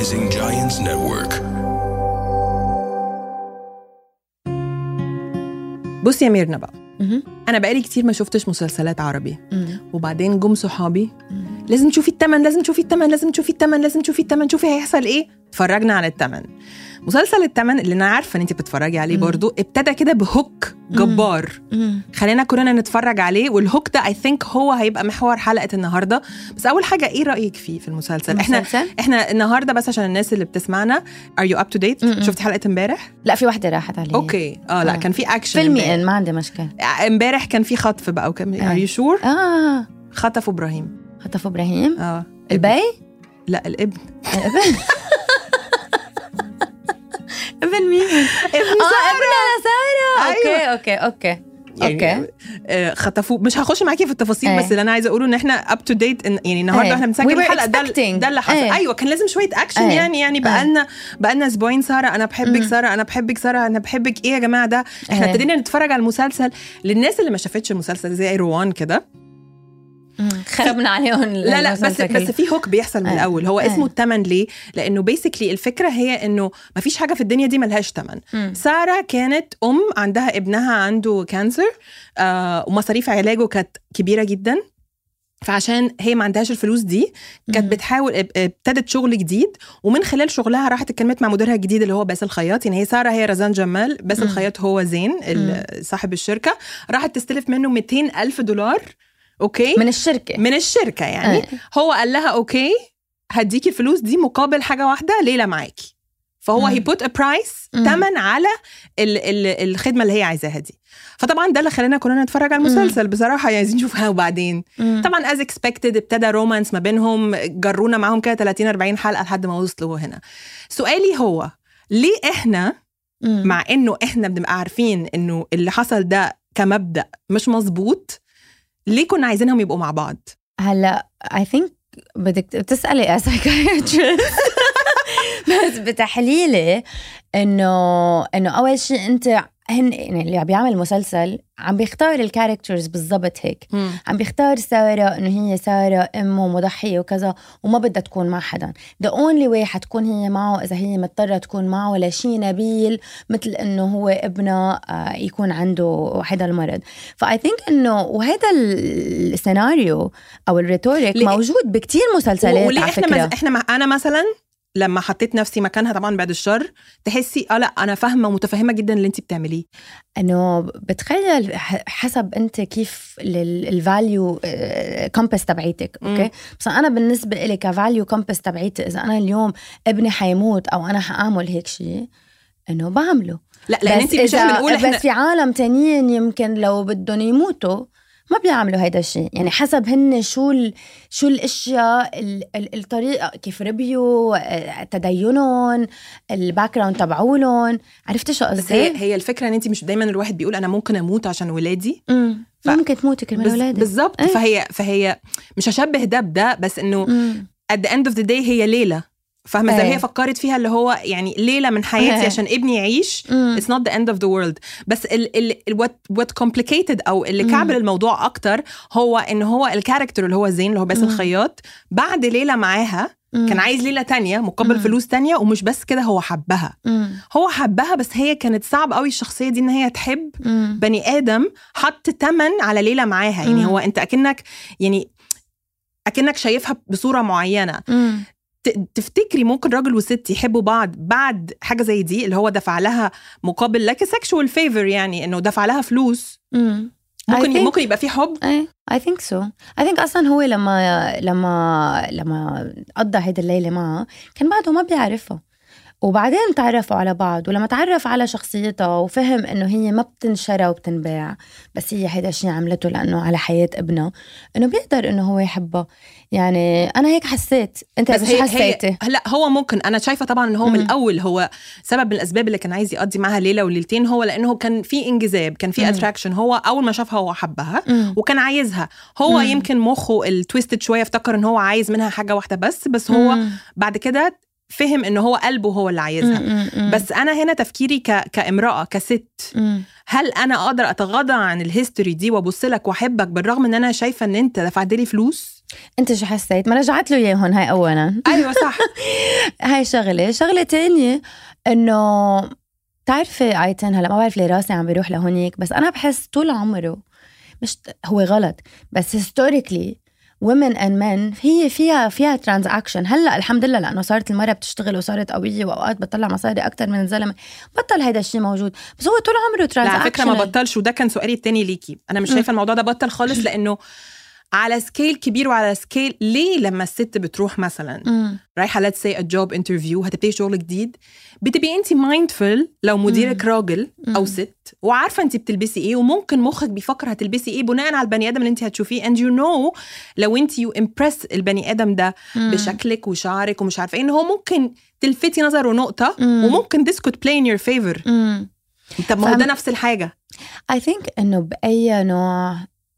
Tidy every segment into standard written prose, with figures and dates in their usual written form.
Rising Giants Network. بصي يا ميرنا بقى، أنا بقالي كتير ما شفتش مسلسلات عربي. وبعدين جم صحابي، لازم تشوفي التمن، لازم تشوفي التمن، لازم تشوفي التمن، لازم تشوفي التمن، شوفي هيحصل إيه. اتفرجنا على التمن. مسلسل التمن اللي أنا عارفة إن أنتي بتتفرجي عليه برضو ابتدى كده بهوك جبار. خلينا كلنا نتفرج عليه، والهوك ده I think هو هيبقى محور حلقة النهاردة. بس أول حاجة إيه رأيك فيه في المسلسل؟ إحنا النهاردة بس عشان الناس اللي بتسمعنا are you up to date؟ شفتي حلقة امبارح؟ لا، في واحدة راحت عليه. أوكي. لا كان في أكشن فيلمي، ما عندي مشكلة. امبارح كان في خطف بقى وكم are you sure؟ خطفوا إبراهيم. خطفوا إبراهيم؟ البي؟ لا الابن. ابن مين؟ ابن سارة. اوكي. يعني خطفوه. مش هخش معاكي في التفاصيل، بس اللي انا عايزه اقوله ان احنا اب تو ديت، يعني النهارده احنا بنسجل الحلقه ده اللي حصل. ايوه كان لازم شويه اكشن. يعني بقالنا اسبوعين ساره انا بحبك، ساره انا بحبك، ساره انا بحبك. ايه يا جماعه ده؟ احنا ابتدينا نتفرج على المسلسل. للناس اللي ما شافتش المسلسل زي روان كده خربنا عليهم. لا بس في هوك بيحصل من الاول. هو اسمه التمن ليه؟ لانه بيسكلي الفكره هي انه ما فيش حاجه في الدنيا دي ملهاش تمن. ساره كانت عندها ابنها عنده كانسر، ومصاريف علاجه كانت كبيره جدا. فعشان هي ما عندهاش الفلوس دي كانت بتحاول، ابتدت شغل جديد، ومن خلال شغلها راحت اتكلمت مع مديرها الجديد اللي هو باسل الخياط. يعني هي ساره هي رزان جمال، باسل الخياط هو زين صاحب الشركه. راحت تستلف منه $200,000 اوكي من الشركه يعني. هو قال لها اوكي هديكي الفلوس دي مقابل حاجه واحده، ليله معاكي. فهو هي put a price تمن على الخدمه اللي هي عايزاها دي. فطبعا ده اللي خلينا كلنا نتفرج على المسلسل بصراحه، يعني عايزين نشوفها. وبعدين طبعا as expected ابتدى رومانس ما بينهم، جرونا معاهم كده 30-40 حلقه لحد ما وصلوا هنا. سؤالي هو ليه احنا مع انه احنا بنبقى عارفين انه اللي حصل ده كمبدأ مش مظبوط، ليه كنا عايزينهم يبقوا مع بعض؟ هلا I think بدك تسألي psychiatrist. بس بتحليلي إنه أول شيء أنت يعني اللي بيعمل مسلسل عم بيختار الكاركترز بالضبط هيك. عم بيختار سارة إنه هي سارة أمه مضحية وكذا، وما بدها تكون مع حدا. the only way حتكون هي معه إذا هي مضطرة تكون معه، ولا شيء نبيل مثل إنه هو ابنه يكون عنده هذا المرض. فاي ثينك إنه وهذا السيناريو أو الريتوريك موجود بكتير مسلسلات على فكرة. أنا مثلا لما حطيت نفسي مكانها طبعا بعد الشر تحسي لا انا فاهمه ومتفهمه جدا اللي انت بتعمليه. انه بتخيل حسب انت كيف الفاليو كومباس تبعيتك. اوكي بس انا بالنسبه لي كفاليو كومباس تبعيتي، اذا انا اليوم ابني حيموت او انا حاعمل هيك شيء انه بعمله. لا لان انت مش بنقول بس في عالم تانيين يمكن لو بدهم يموتوا ما بيعملوا هيدا الشيء. يعني حسب هن شو الاشياء، الطريقه كيف ربيوا، تدينهم، الباك جراوند تبعولهم. عرفت شو قصدي؟ هي الفكره ان انت مش دايما الواحد بيقول انا ممكن اموت عشان ولادي. ممكن تموتي كمان ولادك بالضبط. فهي مش هشبه ده بده، بس انه at the end of the day هي ليله، فاهمة زي هي فكرت فيها اللي هو يعني ليلة من حياتي عشان ابني يعيش. it's not the end of the world. بس what complicated أو اللي كعبل الموضوع أكتر هو إن هو الكاركتر اللي هو زين اللي هو باسل الخياط بعد ليلة معاها كان عايز ليلة تانية مقابل فلوس تانية. ومش بس كده، هو حبها بس هي كانت صعب قوي الشخصية دي إن هي تحب بني آدم حط تمن على ليلة معاها. يعني هو أنت أكنك شايفها بصورة معينة. تفتكري ممكن راجل وست يحبوا بعض بعد حاجة زي دي اللي هو دفع لها مقابل لك sexual favor، يعني إنه دفع لها فلوس؟ ممكن يبقى في حب. I think so. I think أصلا هو لما قضى هيدا الليلة معه كان بعده ما بيعرفها، وبعدين تعرفوا على بعض. ولما تعرف على شخصيتها وفهم إنه هي ما بتنشرى وبتنباع، بس هي هيدا الشيء عملته لأنه على حياة ابنه، إنه بيقدر إنه هو يحبها. يعني أنا هيك حسيت. أنت بس حسيتي؟ لا هو ممكن أنا شايفة طبعا إنه هو من الأول هو سبب من الأسباب اللي كان عايز يقضي معها ليلة وليلتين هو لأنه كان في انجذاب، كان في attraction. هو أول ما شافها هو حبها وكان عايزها. هو يمكن مخه التويستد شوية افتكر إنه هو عايز منها حاجة واحدة بس هو بعد كده فهم إنه هو قلبه هو اللي عايزها. بس أنا هنا تفكيري كامرأة كست، هل أنا أقدر أتغاضى عن الهيستوري دي وأبص لك وأحبك بالرغم إن أنا شايفة إن أنت دفعت لي فلوس؟ انت شو حسيت؟ ما رجعت له اياهم هاي اولا. ايوه صح. هاي شغله تانية انه تعرفي ايتن، هلا ما بعرف ليه راسي عم بيروح لهونيك، بس انا بحس طول عمره مش هو غلط، بس historically women and men هي فيها transaction. هلا الحمد لله لانه صارت المرأة بتشتغل وصارت قوية واوقات بتطلع مصاري اكتر من الزلمة، بطل هيدا الشيء موجود، بس هو طول عمره transaction. لا على فكرة ما بطلش، وده كان سؤالي التاني ليكي. انا مش شايفة الموضوع ده بطل خالص، لانه على سكيل كبير وعلى سكيل. ليه لما الست بتروح مثلا رايحة let's say a job interview هتبتدي شغل جديد، بتبقي انت mindful لو مديرك راجل او ست وعارفة انت بتلبسي ايه، وممكن مخك بيفكر هتلبسي ايه بناء على البني ادم اللي انت هتشوفيه. and you know لو انت you impress البني ادم ده بشكلك وشعرك ومش عارفة ايه، ان هو ممكن تلفتي نظره نقطة وممكن this could play in your favor. طب ما هو ده نفس الحاجة. I think انه بأي نوع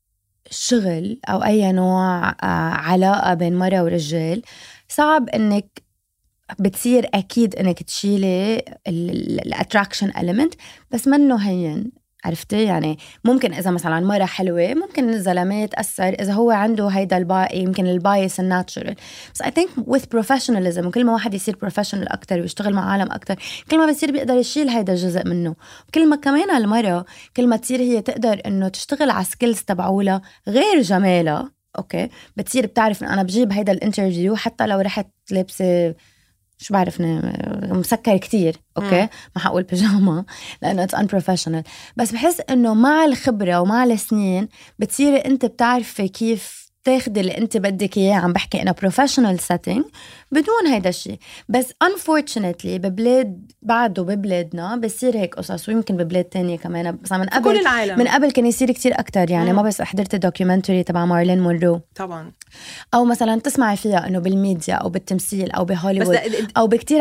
شغل أو أي نوع علاقة بين مرأة ورجال صعب إنك بتصير أكيد إنك تشيلي الاتراكشن element، بس منه هين. عرفتي يعني ممكن إذا مثلا مرة حلوة ممكن الزلمة يتأثر إذا هو عنده هيدا يمكن البايس الناتشرال. بس I think with professionalism، وكل ما واحد يصير professional أكتر ويشتغل مع عالم أكتر، كل ما بيصير بيقدر يشيل هيدا جزء منه. كل ما كمان المرة كل ما تصير هي تقدر إنه تشتغل على سكيلز تبعولها غير جمالها. أوكي بتصير بتعرف إن أنا بجيب هيدا الانترفيو حتى لو رحت لابسة شو بعرف مسكر كتير، أوكي ما حقول بيجاما لأنه it's unprofessional، بس بحس إنه مع الخبرة ومع السنين بتصيري أنت بتعرفي كيف تاخدي اللي أنت بدك إياه. عم بحكي إنه professional setting بدون هيدا الشيء. بس unfortunately ببلاد بعده ببلادنا بيصير هيك قصص، ويمكن ببلاد تانية كمان، بس من قبل كل العالم. من قبل كان يصير كتير أكتر يعني. ما بس حضرت الدوكيومنتري تبع مارلين مونرو طبعا، أو مثلا تسمعي فيها إنه بالميديا أو بالتمثيل أو بهوليوود أو بكتير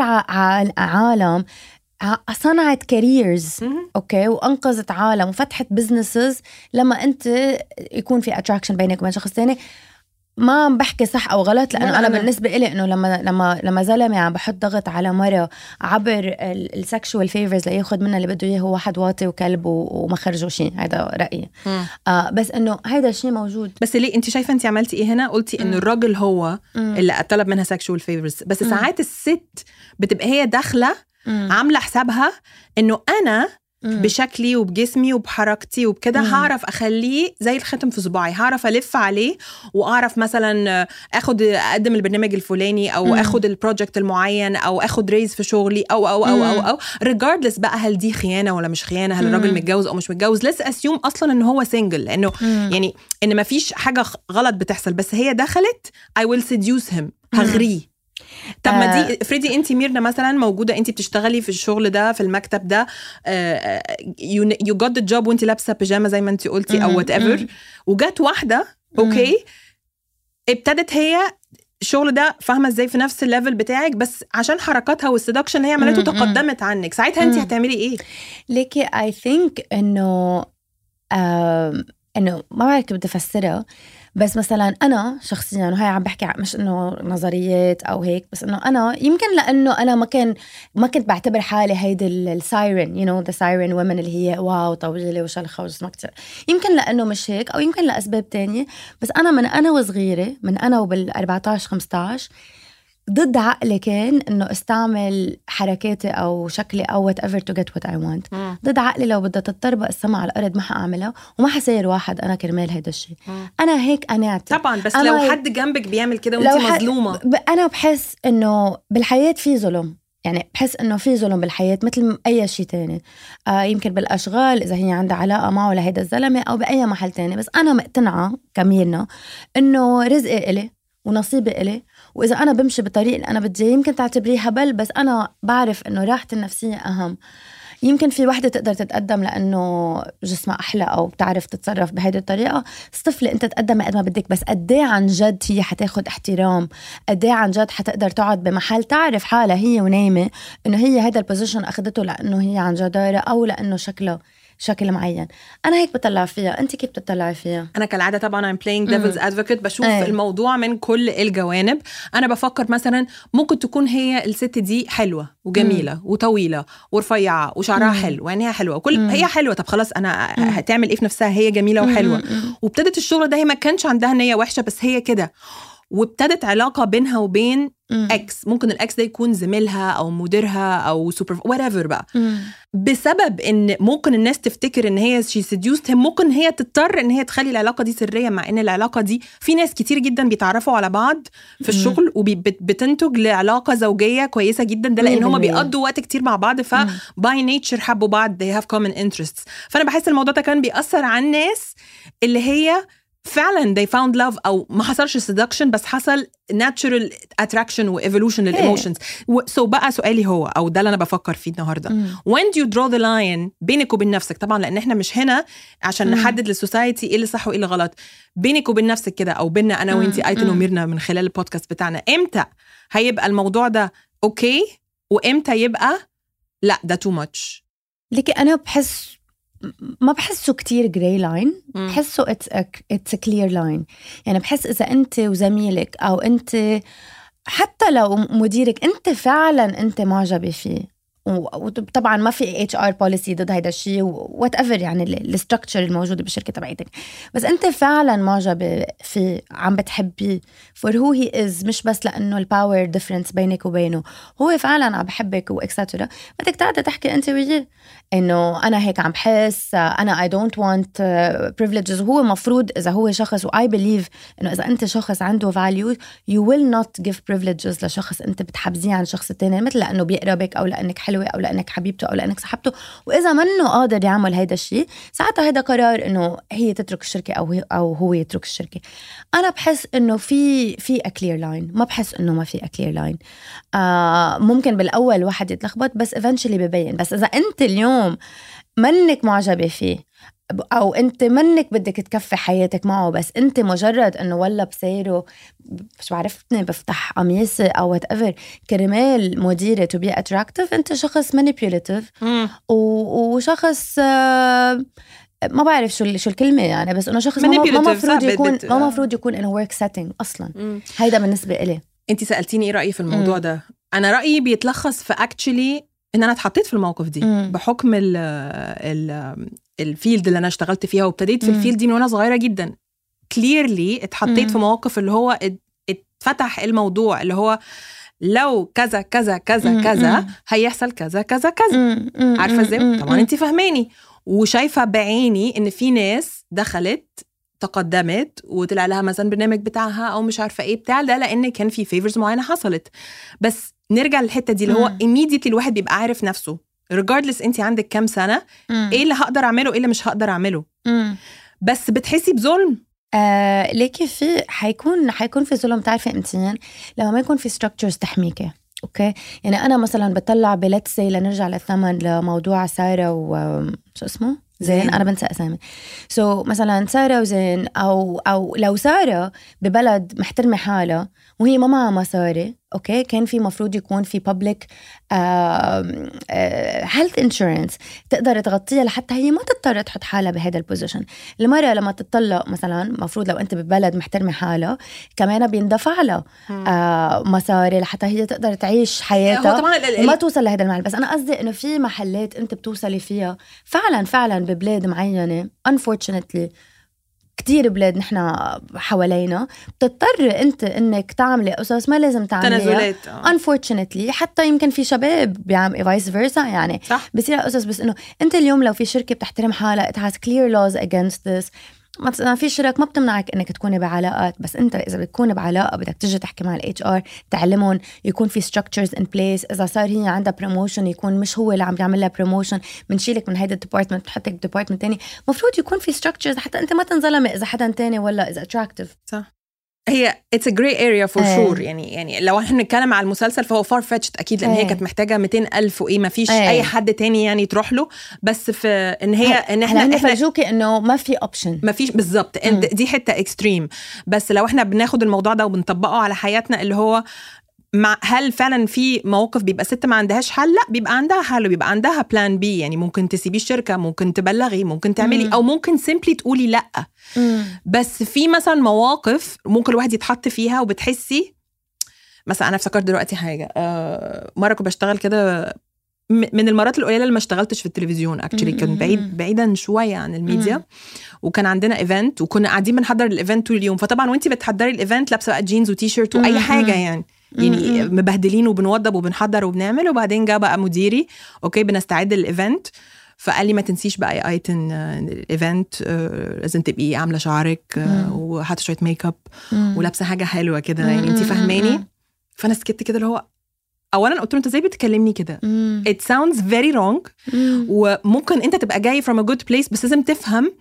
عالم صنعت كاريرز اوكي وانقذت عالم وفتحت بزنسز لما انت يكون في اتراكشن بينك وبين شخص تاني. ما عم بحكي صح او غلط، لانه انا بالنسبه إلي انه لما زلمه عم بحط ضغط على مره عبر السكشوال فيفرز لياخد منها اللي بده اياه، هو واحد واطي وكلب وما خرجوا شيء، هذا رايي. بس انه هيدا الشيء موجود. بس ليه انت شايفه انت عملتي ايه هنا؟ قلتي انه الراجل هو اللي طلب منها سكشوال فيفرز، بس ساعات الست بتبقى هي داخله عامله حسابها انه انا بشكلي وبجسمي وبحركتي وبكده هعرف اخليه زي الختم في صباعي، هعرف الف عليه واعرف مثلا اقدم البرنامج الفلاني او اخد البروجكت المعين او اخد ريز في شغلي او regardless بقى هل دي خيانه ولا مش خيانه، هل الراجل متجوز او مش متجوز. let's assume اصلا ان هو سنجل، لانه يعني ان ما فيش حاجه غلط بتحصل، بس هي دخلت I will seduce him، هغريه. طب ما دي افرضي انت ميرنا مثلا موجوده، انت بتشتغلي في الشغل ده في المكتب ده، you got the job وانت لابسه بيجامه زي ما انت قلتي او whatever، وجات واحده اوكي ابتدت هي الشغل ده فاهمه ازاي في نفس الليفل بتاعك، بس عشان حركاتها والسيدكشن هي عملته تقدمت عنك، ساعتها انت هتعملي ايه؟ ليكي I think انه ما بعرف كيف بدي افسرها، بس مثلا أنا شخصياً، وهي عم بحكي مش إنه نظريات أو هيك، بس إنه أنا يمكن لأنه أنا ما كنت بعتبر حالي هيدي السايرن you know the siren women اللي هي واو طويلة وشلخة وجسمها كتير، يمكن لأنه مش هيك أو يمكن لأسباب تانية. بس أنا من أنا وصغيرة، من أنا وبال14-15 ضد عقلي كان إنه استعمل حركاتي أو شكلي أو whatever to get what I want. ضد عقلي لو بدها تتطربق السما على الأرض ما حأعملها وما حسير واحد أنا كرمال هيدا الشيء. أنا هيك قنعت طبعا، بس لو حد جنبك بيعمل كده وانتي مظلومة، أنا بحس إنه بالحياة في ظلم، يعني بحس إنه في ظلم بالحياة مثل أي شيء تاني. يمكن بالأشغال إذا هي عندها علاقة معه لهيدا الزلمة أو بأي محل تاني. بس أنا مقتنعة كميرنا إنه رزقي إلي ونصيبي إلي، وإذا أنا بمشي بطريق اللي أنا بدي يمكن تعتبريه هبل، بس أنا بعرف إنه راحتي النفسية أهم. يمكن في وحدة تقدر تتقدم لأنه جسمها أحلى أو بتعرف تتصرف بهذه الطريقة، صفلة أنت تقدم قد ما بدك، بس قديه عن جد هي حتاخد احترام، قديه عن جد حتقدر تقعد بمحل تعرف حالها هي ونايمة إنه هي هذا البوزيشن أخدته لأنه هي عن جدارة أو لأنه شكلها بشكل معين. انا هيك بطلع فيها، انت كيف بتطلعي فيها؟ انا كالعاده طبعا I'm playing devil's advocate، بشوف الموضوع من كل الجوانب. انا بفكر مثلا ممكن تكون هي الست دي حلوه وجميله وطويله ورفيعه وشعرها حلو وعينيها حلوه وكل هي حلوه. طب خلاص انا هتعمل ايه في نفسها؟ هي جميله وحلوه وابتدت الشغل ده، هي ما كانش عندها نيه وحشه بس هي كده، وابتدت علاقة بينها وبين اكس. ممكن الاكس ده يكون زميلها او مديرها او سوبر whatever بقى. بسبب ان ممكن الناس تفتكر ان هي she seduced him، ممكن هي تضطر ان هي تخلي العلاقة دي سرية، مع ان العلاقة دي في ناس كتير جدا بيتعرفوا على بعض في الشغل وبتنتج لعلاقة زوجية كويسة جدا. ده لان هما بيقضوا وقت كتير مع بعض، ف by nature حبوا بعض، they have common interests. فانا بحس الموضوع ده كان بيأثر على الناس اللي هي فعلا they found love، أو ما حصلش seduction بس حصل natural attraction و evolution للemotions. so بقى سؤالي هو، أو ده اللي أنا بفكر فيه النهاردة، when do you draw the line بينك وبين نفسك؟ طبعا لأن إحنا مش هنا عشان نحدد للسوسايتي إيه اللي صح وإيه اللي غلط. بينك وبين نفسك كده، أو بيننا أنا وإنتي أيتن وميرنا من خلال البودكاست بتاعنا، إمتى هيبقى الموضوع ده أوكي وإمتى يبقى لا ده too much؟ لكن أنا ما بحسه كتير جراي لاين، بحسه it's a clear line. يعني بحس إذا أنت وزميلك أو أنت حتى لو مديرك أنت فعلا أنت معجبة فيه، وطبعا ما في HR policy ضد هيدا الشيء وات ايفر، يعني الستركتشر الموجوده بالشركه تبعتك، بس انت فعلا معجبه فيه، عم بتحبيه for who he is، مش بس لانه الباور ديفرنس بينك وبينه، هو فعلا عم بحبك واكسترا. بدك تقعدي تحكي انت وياه انه انا هيك عم بحس، انا I don't want privileges. هو مفروض اذا هو شخص، و I believe انه اذا انت شخص عنده value you will not give privileges لشخص انت بتحبزيه عن شخص تاني، مثل لانه بيقربك او لانك حلوة أو لأنك حبيبته أو لأنك صاحبته. وإذا منه قادر يعمل هيدا الشيء، ساعتها هيدا قرار إنه هي تترك الشركة أو هو يترك الشركة. أنا بحس إنه في a clear line، ما بحس إنه ما في a clear line. ممكن بالأول واحد يتلخبط بس eventually ببين. بس إذا أنت اليوم منك معجبة فيه أو أنت منك بدك تكفي حياتك معه، بس أنت مجرد أنه ولا بسيره مش بعرفتني بفتح قميصي أو whatever كرمال مديرة to be attractive، أنت شخص manipulative وشخص ما بعرف شو الكلمة يعني، بس أنه شخص ما مفروض يكون in a work setting أصلا. هيدا بالنسبة إلي. أنت سألتيني إيه رأيي في الموضوع ده؟ أنا رأيي بيتلخص في actually إن أنا اتحطيت في الموقف دي بحكم الفيلد اللي أنا اشتغلت فيها، وابتديت في الفيلد دي من وأنا صغيرة جدا. clearly اتحطيت في مواقف اللي هو اتفتح الموضوع اللي هو لو كذا كذا كذا كذا هيحصل كذا كذا كذا. عارفة ازاي؟ طبعا انتي فهماني وشايفة بعيني ان في ناس دخلت تقدمت وطلع لها مثلا برنامج بتاعها او مش عارفة ايه بتاع ده، لان كان في فيفرز معينة حصلت. بس نرجع للحتة دي اللي هو immediately الواحد بيبقى عارف نفسه regardless انتي عندك كام سنة ايه اللي هقدر اعمله ايه اللي مش هقدر اعمله. بس بتحسي بظلم ليكي في حيكون في ظلم. تعرفي امتين لما ما يكون في structures تحميكي. اوكي يعني انا مثلا بطلع بلتس سي لنرجع للثمن لموضوع سارة شو اسمه زين، انا بنسى اسامي. مثلا سارة وزين او لو سارة ببلد محترمة حالها وهي ما معها مصاري، اوكي كان في مفروض يكون في public health insurance تقدر تغطيها لحتى هي ما تضطر تحط حالها بهذا البوزيشن. المرأة لما تطلق مثلا مفروض لو انت ببلد محترمة حالها كمان بيندفع لها مصاري لحتى هي تقدر تعيش حياتها وما توصل لهذا المحل. بس انا قصدي انه في محلات انت بتوصلي فيها فعلا ببلاد معينة unfortunately كتير بلاد نحنا حوالينا بتضطر انت انك تعملي قصص ما لازم تعمليها unfortunately. حتى يمكن في شباب بيعمل vice versa يعني بصير قصص. بس انه انت اليوم لو في شركة بتحترم حالها it has clear laws against this، ما في شركة ما بتمنعك انك تكوني بعلاقات، بس انت اذا بتكوني بعلاقة بدك تجي تحكي مع HR تعلمون يكون في structures in place. اذا صار هي عندها promotion يكون مش هو اللي عم يعمل لها promotion، بنشيلك من هيدا department بتحطك department تاني. مفروض يكون في structures حتى انت ما تنظلمي اذا حدا تاني ولا اذا attractive. صح. هي it's a gray area for sure. يعني لو احنا نتكلم على المسلسل فهو far fetched اكيد، لان هي كانت محتاجه 200,000 وايه ما فيش اي حد تاني يعني تروح له. بس في ان هي ان احنا فرجوكي انه ما في اوبشن، ما فيش بالظبط. دي حته اكستريم. بس لو احنا بناخد الموضوع ده وبنطبقه على حياتنا اللي هو هل فعلا في مواقف بيبقى ست ما عندهاش حل؟ لا، بيبقى عندها حل وبيبقى عندها بلان بي. يعني ممكن تسيبي الشركة، ممكن تبلغي، ممكن تعملي أو ممكن سيمبلي تقولي لا. بس في مثلا مواقف ممكن الواحد يتحط فيها وبتحسي مثلا. أنا افتكرت دلوقتي حاجة، مرة كنت بشتغل كده من المرات القليلة اللي ما اشتغلتش في التلفزيون اكشلي، كان بعيدا شوية عن الميديا. وكان عندنا ايفنت وكنا قاعدين بنحضر الايفنت طول اليوم. فطبعا وانتي بتحضري الايفنت لابسه بقى جينز وتي شيرت واي حاجه، يعني مبهدلين وبنوضب وبنحضر وبنعمل. وبعدين جاء بقى مديري، اوكي بنستعد للايفنت، فقال لي ما تنسيش بقى يا ايتن الايفنت لازم تبقي عامله شعرك وحاطه شويه ميك اب ولابسه حاجه حلوه كده، يعني انتي فاهماني. فانا سكت كده اللي هو اولا قلت له انت ازاي بتكلمني كده؟ it sounds very wrong. وممكن انت تبقى جاي from a good place، بس لازم تفهم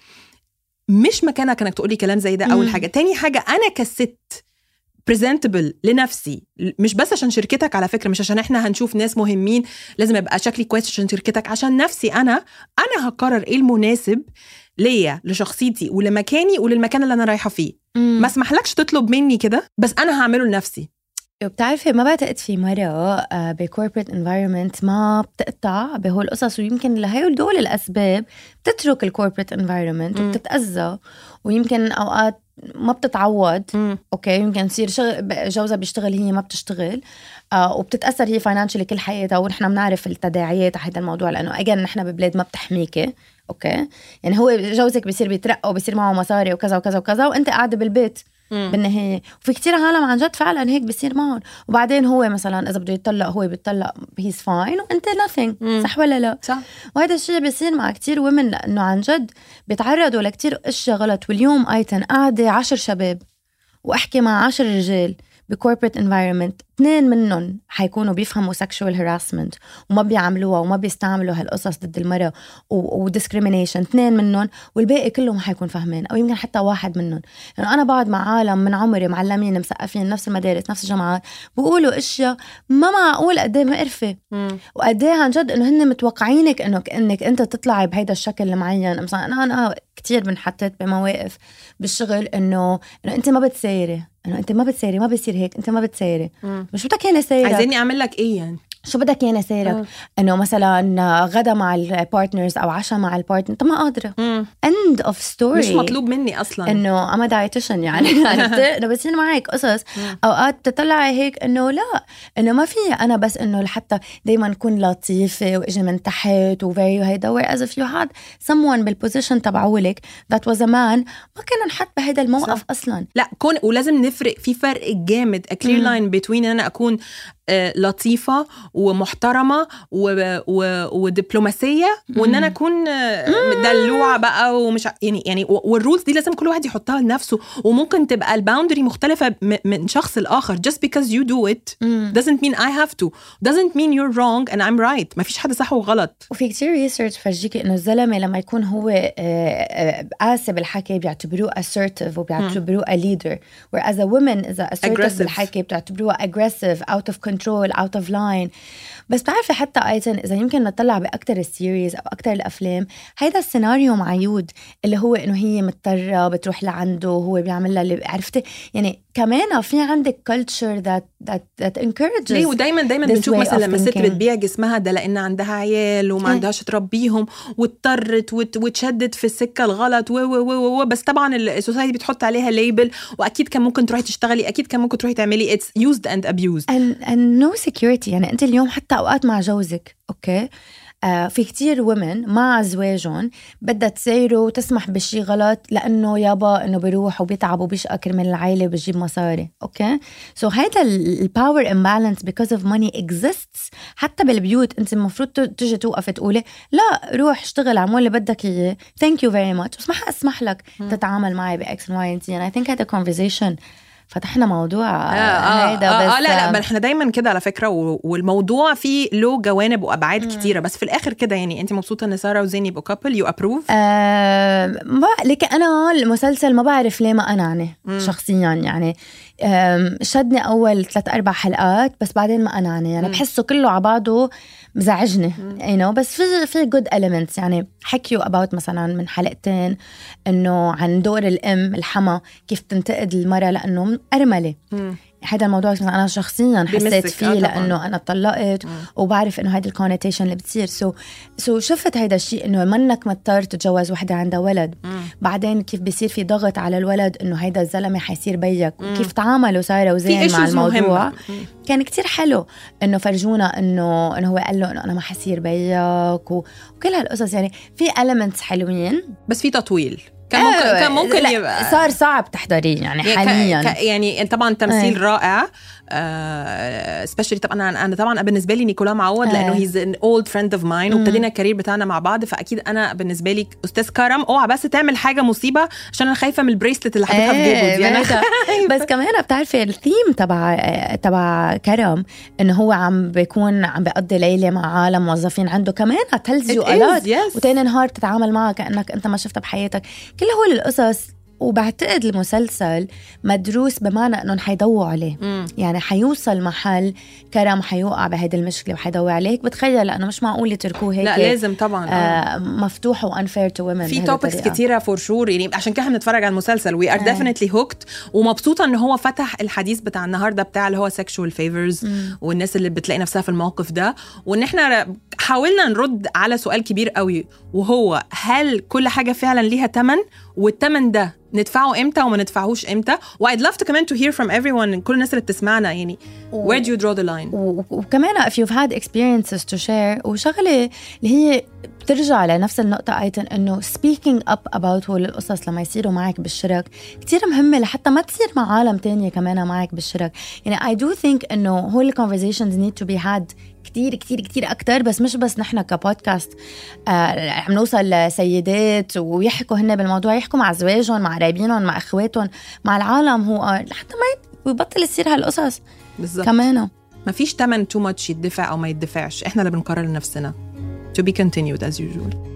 مش مكانك انك تقولي كلام زي ده. اول حاجه. تاني حاجه، انا كست presentable لنفسي، مش بس عشان شركتك على فكره، مش عشان احنا هنشوف ناس مهمين لازم ابقى شكلي كويس عشان شركتك، عشان نفسي انا هقرر ايه المناسب ليا لشخصيتي ولمكاني وللمكان اللي انا رايحه فيه. ما اسمحلكش تطلب مني كده، بس انا هعمله لنفسي. بتعرفي ما بعتقد في مرة بكوربريت انفايرمنت ما بتقطع بهول القصص، ويمكن لهي دول الأسباب بتترك الكوربريت انفايرمنت وبتتأذى، ويمكن أوقات ما بتتعوض. اوكي، يمكن تصير جوزها بيشتغل هي ما بتشتغل، وبتتأثر هي فاينانشلي كل حياتها. ونحن بنعرف التداعيات على هذا الموضوع، لأنه أجل نحن ببلاد ما بتحميكي. اوكي، يعني هو جوزك بيصير بيترقى وبيصير معه مصاري وكذا وكذا وكذا، وانت قاعدة بالبيت بالنهاية. وفي كتير عالم عن جد فعلا هيك بيصير معهم. وبعدين هو مثلا إذا بده يتطلق هو بيتطلق he's fine وانت nothing. صح ولا لا؟ صح. وهذا الشيء بيصير مع كتير ومن، لأنه عن جد بيتعرضوا لكتير اشياء غلط. واليوم ايتن قاعدة 10 شباب واحكي مع 10 رجال بكوربريت انفايرمنت، 2 منهم حيكونوا بيفهموا sexual harassment وما بيعملوها وما بيستعملوا هالقصص ضد المرأة ودiscrimination. 2 منهم، والباقي كلهم حيكون فاهمين، أو يمكن حتى 1 منهم. يعني أنا بعد مع عالم من عمري معلمين مسقفين نفس المدارس نفس الجامعات بيقولوا أشياء ما معقول قديه مقرفة، وقديه عن جد إنه هن متوقعينك إنك أنت تطلعي بهيدا الشكل المعين. مثلا أنا كتير بنحطت بمواقف بالشغل إنه أنت ما بتسيري، انه انت ما بتسيري، ما بيصير هيك، انت ما بتسيري. مش بدك يعني سيرك، عايزيني اعمل لك ايه يعني؟ شو بدك يعني سيرك؟ انه مثلا غدا مع البارتنرز او عشاء مع البارتنر، طب ما قادره. end of story. مش مطلوب مني اصلا انه انا دايتيشن يعني عرفت انه بصير معك قصص اوقات بتطلعي هيك انه لا، انه ما في انا بس انه لحتى دايما نكون لطيفه واجي من تحت وفيري وهيدا. whereas if you had someone بالبوزيشن تبعولك that was a man، ما كنا نحط بهيدا الموقف صح. اصلا لا كون، ولازم نفرق في فرق جامد a clear line between انا اكون لطيفة ومحترمة ودبلوماسية، وان انا اكون دلوعة بقى ومش يعني والرولز دي لازم كل واحد يحطها لنفسه. وممكن تبقى الباوندري مختلفة من شخص الآخر. just because you do it doesn't mean I have to, doesn't mean you're wrong and I'm right. ما فيش حد صح وغلط. وفي كتير ريسيرش فرجيكي انه الزلمة لما يكون هو قاسي بالحكي بيعتبروه assertive وبيعتبروه a leader, whereas a woman إذا assertive بالحكي بتعتبروه aggressive, out of control, out of line. بس بتعرفي حتى ايتن اذا يمكن نطلع باكثر السيريز او اكثر الافلام هيدا السيناريو معيود، اللي هو انه هي مضطره بتروح لعنده وهو بيعمل لها اللي عرفتي. يعني كمان في عندك culture that encourages ليه. ودايما بنشوف مثلا لما الست بتبيع جسمها ده لان عندها عيال وما عندهاش تربيهم واضطرت وتشدد في السكه الغلط بس طبعا السوسايتي بتحط عليها ليبل. واكيد كان ممكن تروحي تشتغلي، اكيد كان ممكن تروحي تعملي it's used and abused and no security. يعني انت اليوم حتى اوقات مع جوزك اوكي في كتير ومن مع زواجهم بدها تسيره وتسمح بشي غلط لأنه يابا إنه بيروح وبيتعب وبيشقى كرمال العائلة وبيجيب مصاري. أوكي so هيدا الباور imbalance because of money exists حتى بالبيوت. أنت المفروض تجي توقف تقولي لا روح اشتغل عمول اللي بدك إياه thank you very much، بس ما حأسمح لك تتعامل معي ب X and Y and Z. and I think هذا conversation فتحنا موضوع هيدا بس لا احنا دايما كده على فكرة. والموضوع فيه له جوانب وأبعاد كتيرة، بس في الآخر كده يعني أنت مبسوطة إن سارة وزين يبقوا كابل يو أبروف؟ لكن أنا المسلسل ما بعرف ليه ما أنعني شخصيا. يعني شدني أول 3-4 حلقات بس بعدين ما أنعني. يعني بحسه كله عباده مزعجني بس في good elements. يعني حكيوا about مثلا من حلقتين إنه عن دور الأم الحما كيف تنتقد المرأة لأنه أرملة. هذا الموضوع أنا شخصيا حسيت فيه لأنه أنا طلقت وبعرف إنه هذا الكونوتيشن اللي بتصير سو شفت هذا الشيء إنه منك مضطر تتجوز وحدة عندها ولد. بعدين كيف بيصير في ضغط على الولد إنه هذا الزلمة حيصير بيك، وكيف تعاملوا سارة وزين مع الموضوع. كان كتير حلو إنه فرجونا إنه هو قال له إنه أنا ما حصير بيك وكل هالقصص. يعني في elements حلوين بس في تطويل. كان ممكن يبقى صار صعب تحضريه يعني حاليا. يعني طبعا تمثيل رائع especially طبعا انا طبعا بالنسبه لي نيكولا معوض لانه he's an old friend of mine وابتدينا الكارير بتاعنا مع بعض. فاكيد انا بالنسبه لي استاذ كرم اوعى بس تعمل حاجه مصيبه عشان انا خايفه من البريسلت اللي حاططها في جيبه دي. انا بس كمان بتعرفي الثيم تبع كرم انه هو عم بيكون عم بيقضي ليله مع عالم موظفين عنده كمان تلزيو قلات وتاني نهار تتعامل معها كانك انت ما شفتها بحياتك. كل هول القصص. وبعتقد المسلسل مدروس بمعنى انه حيضووا عليه. يعني حيوصل محل كرم حيوقع بهيدي المشكله وحيضوي عليك. بتخيل لانه مش معقول يتركوه هيك. لا لازم طبعا مفتوح وانفير تو ومن. في توبكس كتيره فور شور يعني عشان كده بنتفرج على المسلسل وي ار ديفينتلي هوكت. ومبسوطه انه هو فتح الحديث بتاع النهارده بتاع اللي هو سيكشوال فيفرز والناس اللي بتلاقي نفسها في الموقف ده. وان احنا حاولنا نرد على سؤال كبير قوي وهو هل كل حاجه فعلا ليها تمن والتمن ده ندفعه امتى وما ندفعهوش امتى. I'd love to comment to hear from everyone كل الناس اللي بتسمعنا يعني where do you draw the line. وكمان if you've had experiences to share وشغله اللي هي بترجع لنفس النقطة أيضا إنه speaking up about هول القصص لما يصيروا معك بالشرك كتير مهمة لحتى ما تصير مع عالم تانية كمان معك بالشرك. يعني I do think إنه هول conversations need to be had كتير كتير كتير أكتر. بس مش بس نحن كبودكاست عم نوصل لسيدات ويحكوا هن بالموضوع يحكوا مع زواجهم مع قرايبينهم مع أخواتهم مع العالم هو لحتى ما يبطل يصير هالقصص كمان. ما فيش تمن too much يدفع أو ما يدفعش. إحنا اللي بنقرر لنفسنا. To be continued as usual.